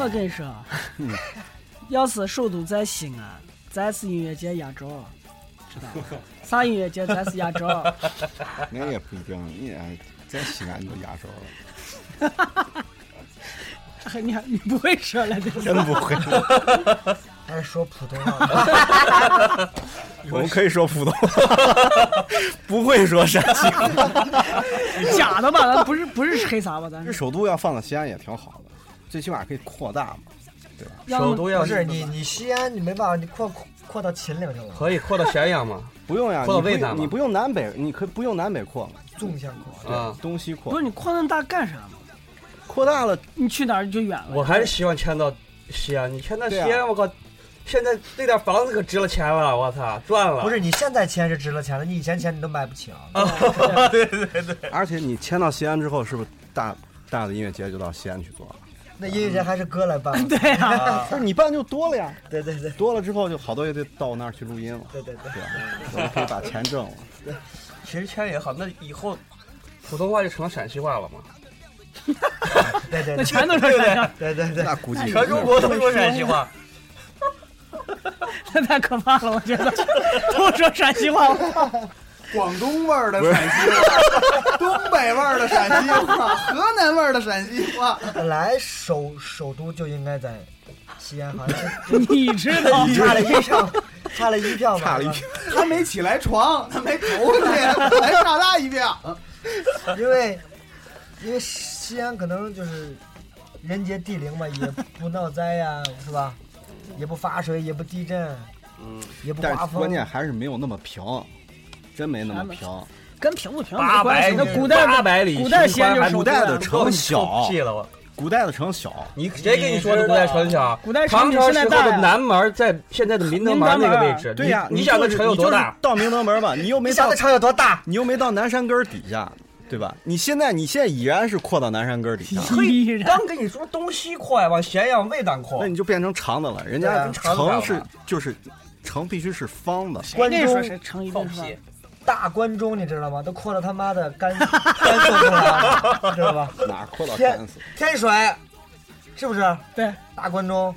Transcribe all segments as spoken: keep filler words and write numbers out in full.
我跟你说，嗯、要是首都在西安，咱是音乐节压轴，知道吗？啥音乐节咱是压轴？ 那也不一定，你在西安就压轴了。 你你不会说了， 真不会。 还是说普通话？ 我们可以说普通话，不会说陕西话。 假的吧？咱不是不是黑啥吧？咱这首都要放到西安也挺好的，最起码可以扩大嘛，对吧？ 首都要不是你你西安你没办法，你扩扩扩到秦岭去了。 可以扩到咸阳吗？ 不用呀， 扩到渭南你不用南北，你可以不用南北扩嘛， 纵向扩啊，东西扩。 不是你扩那么大干啥嘛？ 扩大了， 你去哪儿就远了。 我还是希望迁到西安，你迁到西安，啊、我靠！现在那点房子可值了钱了，我操，赚了！ 不是你现在钱是值了钱了，你以前钱你都买不起啊！ 对对对， 而且你迁到西安之后，是不是大大的音乐节就到西安去做了？ 那音乐节还是哥来办？ 对啊， 不是你办就多了呀。 对对对， 多了之后就好多乐队到那儿去录音了。 对对对， 对吧？我们可以把钱挣了。 对， 其实钱也好，那以后普通话就成了陕西话了吗？ 对对， 那全都是陕西话。 对对对， 那估计全中国都说陕西话。 那太可怕了，我觉得都说陕西话， 广东味儿的陕西话，东北味儿的陕西话，河南味儿的陕西话。 本来首首都就应该在西安，好像是你知道差了一票，差了一票， 差了一票， 他没起来床，他没投去，还差他一票。 因为因为西安可能就是人杰地灵嘛，也不闹灾呀，是吧？也不发水，也不地震，嗯，也不刮风， 关键还是没有那么平，真没那么平。 跟平不平没关系。 那古代八百里， 古代西安就是古代的城小， 屁了我。 古代的城小， 你谁跟你说的古代城小？ 古代唐朝时候的南门在现在的明德门那个位置。 对呀， 你想那城有多大？ 到明德门吧，你又没到那城有多大？ 你又没到南山根底下。对吧？你现在你现在已然是扩到南山根底下， 刚跟你说东西扩呀，往咸阳渭南扩， 那你就变成长的了。人家城是就是城必须是方的。 关中是城一定是大关中，你知道吗？都扩到他妈的甘甘肃去了，知道吧？ 哪扩到甘肃？ 天水，是不是？ 对， 大关中。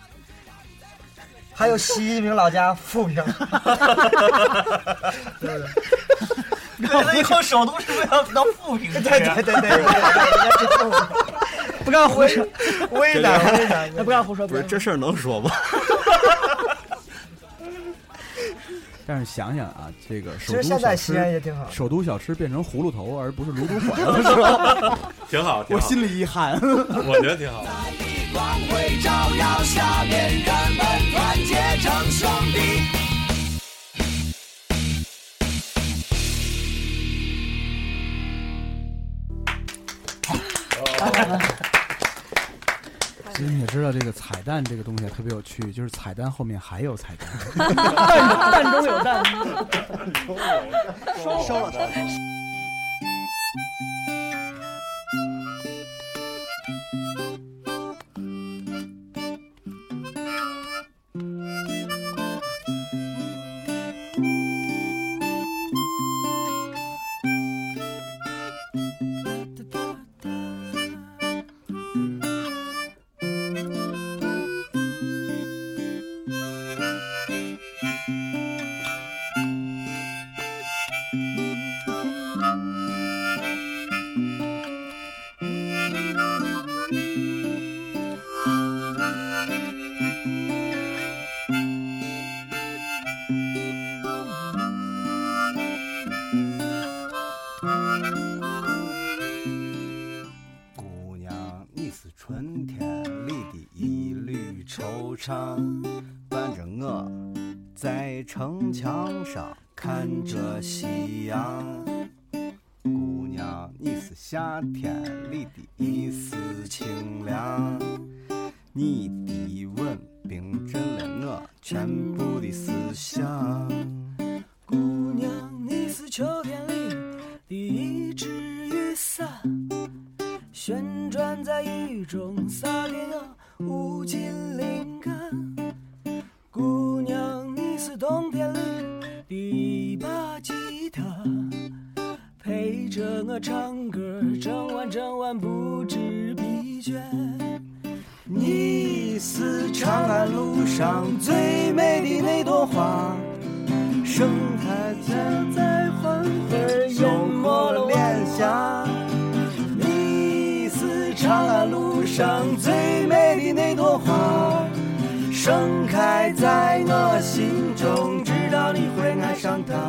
还有习近平老家富平，对不对？ 那以后首都是不是要到富平？ 对对对对对， 不敢胡说， 为难为难， 不敢胡说。 不是这事儿能说吗？ 但是想想啊，这个其实现在西安也挺好， 首都小吃变成葫芦头而不是卤煮馆了，是吧？ 挺好， 我心里一寒， 我觉得挺好。 光辉照耀下面，人们团结成兄弟。 其实你也知道，这个彩蛋这个东西特别有趣，就是彩蛋后面还有彩蛋， 蛋中有蛋， 收了。 伴着我在城墙上看着夕阳，姑娘你是夏天里的一丝清凉，你的吻冰镇了我全部的思想， 姑娘你是秋天里的一只雨伞，旋转在雨中洒给我无尽灵感，姑娘你是冬天里的一把吉他，陪着我唱歌整晚整晚不知疲倦， 你是长安路上最美的那朵花，盛开在在黄昏淹没了脸颊。你是长安路上最美的那朵花，盛开在我心中，直到你会爱上它。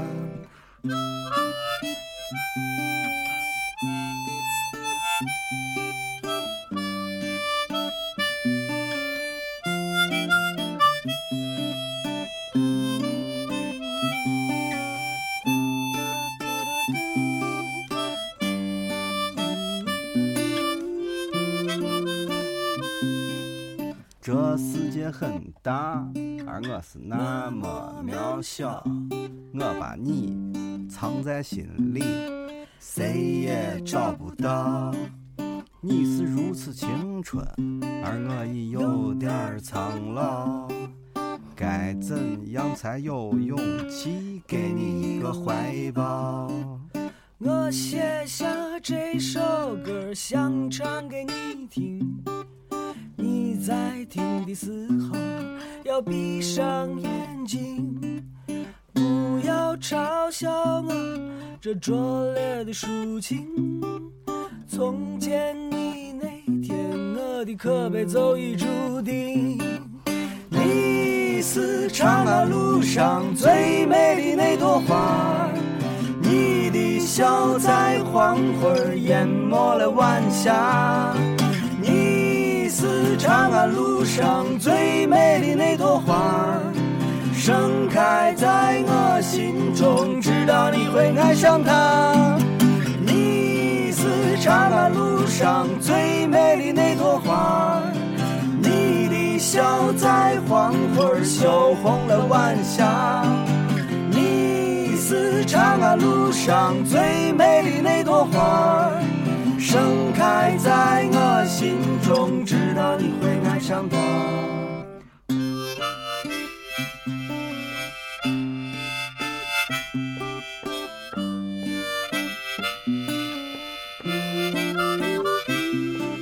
这世界很大，而我是那么渺小。我把你藏在心里，谁也找不到。你是如此青春，而我已有点苍老。该怎样才有勇气给你一个怀抱？ 我写下这首歌，想唱给你听。你在听的时候要闭上眼睛，不要嘲笑我这拙劣的抒情。从见你那天，我的可悲早已注定。 你是长安路上最美的那朵花，你的笑在黄昏淹没了晚霞。你是长安路上最美的那朵花，盛开在我心中，直到你会爱上它。你是长安路上最美的那朵花，你的笑在黄昏羞红了晚霞。你是长安路上最美的那朵花，盛开在我心中，直到你会爱上它。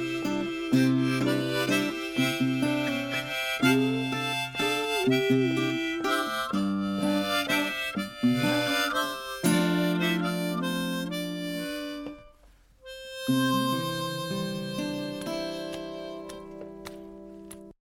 嗯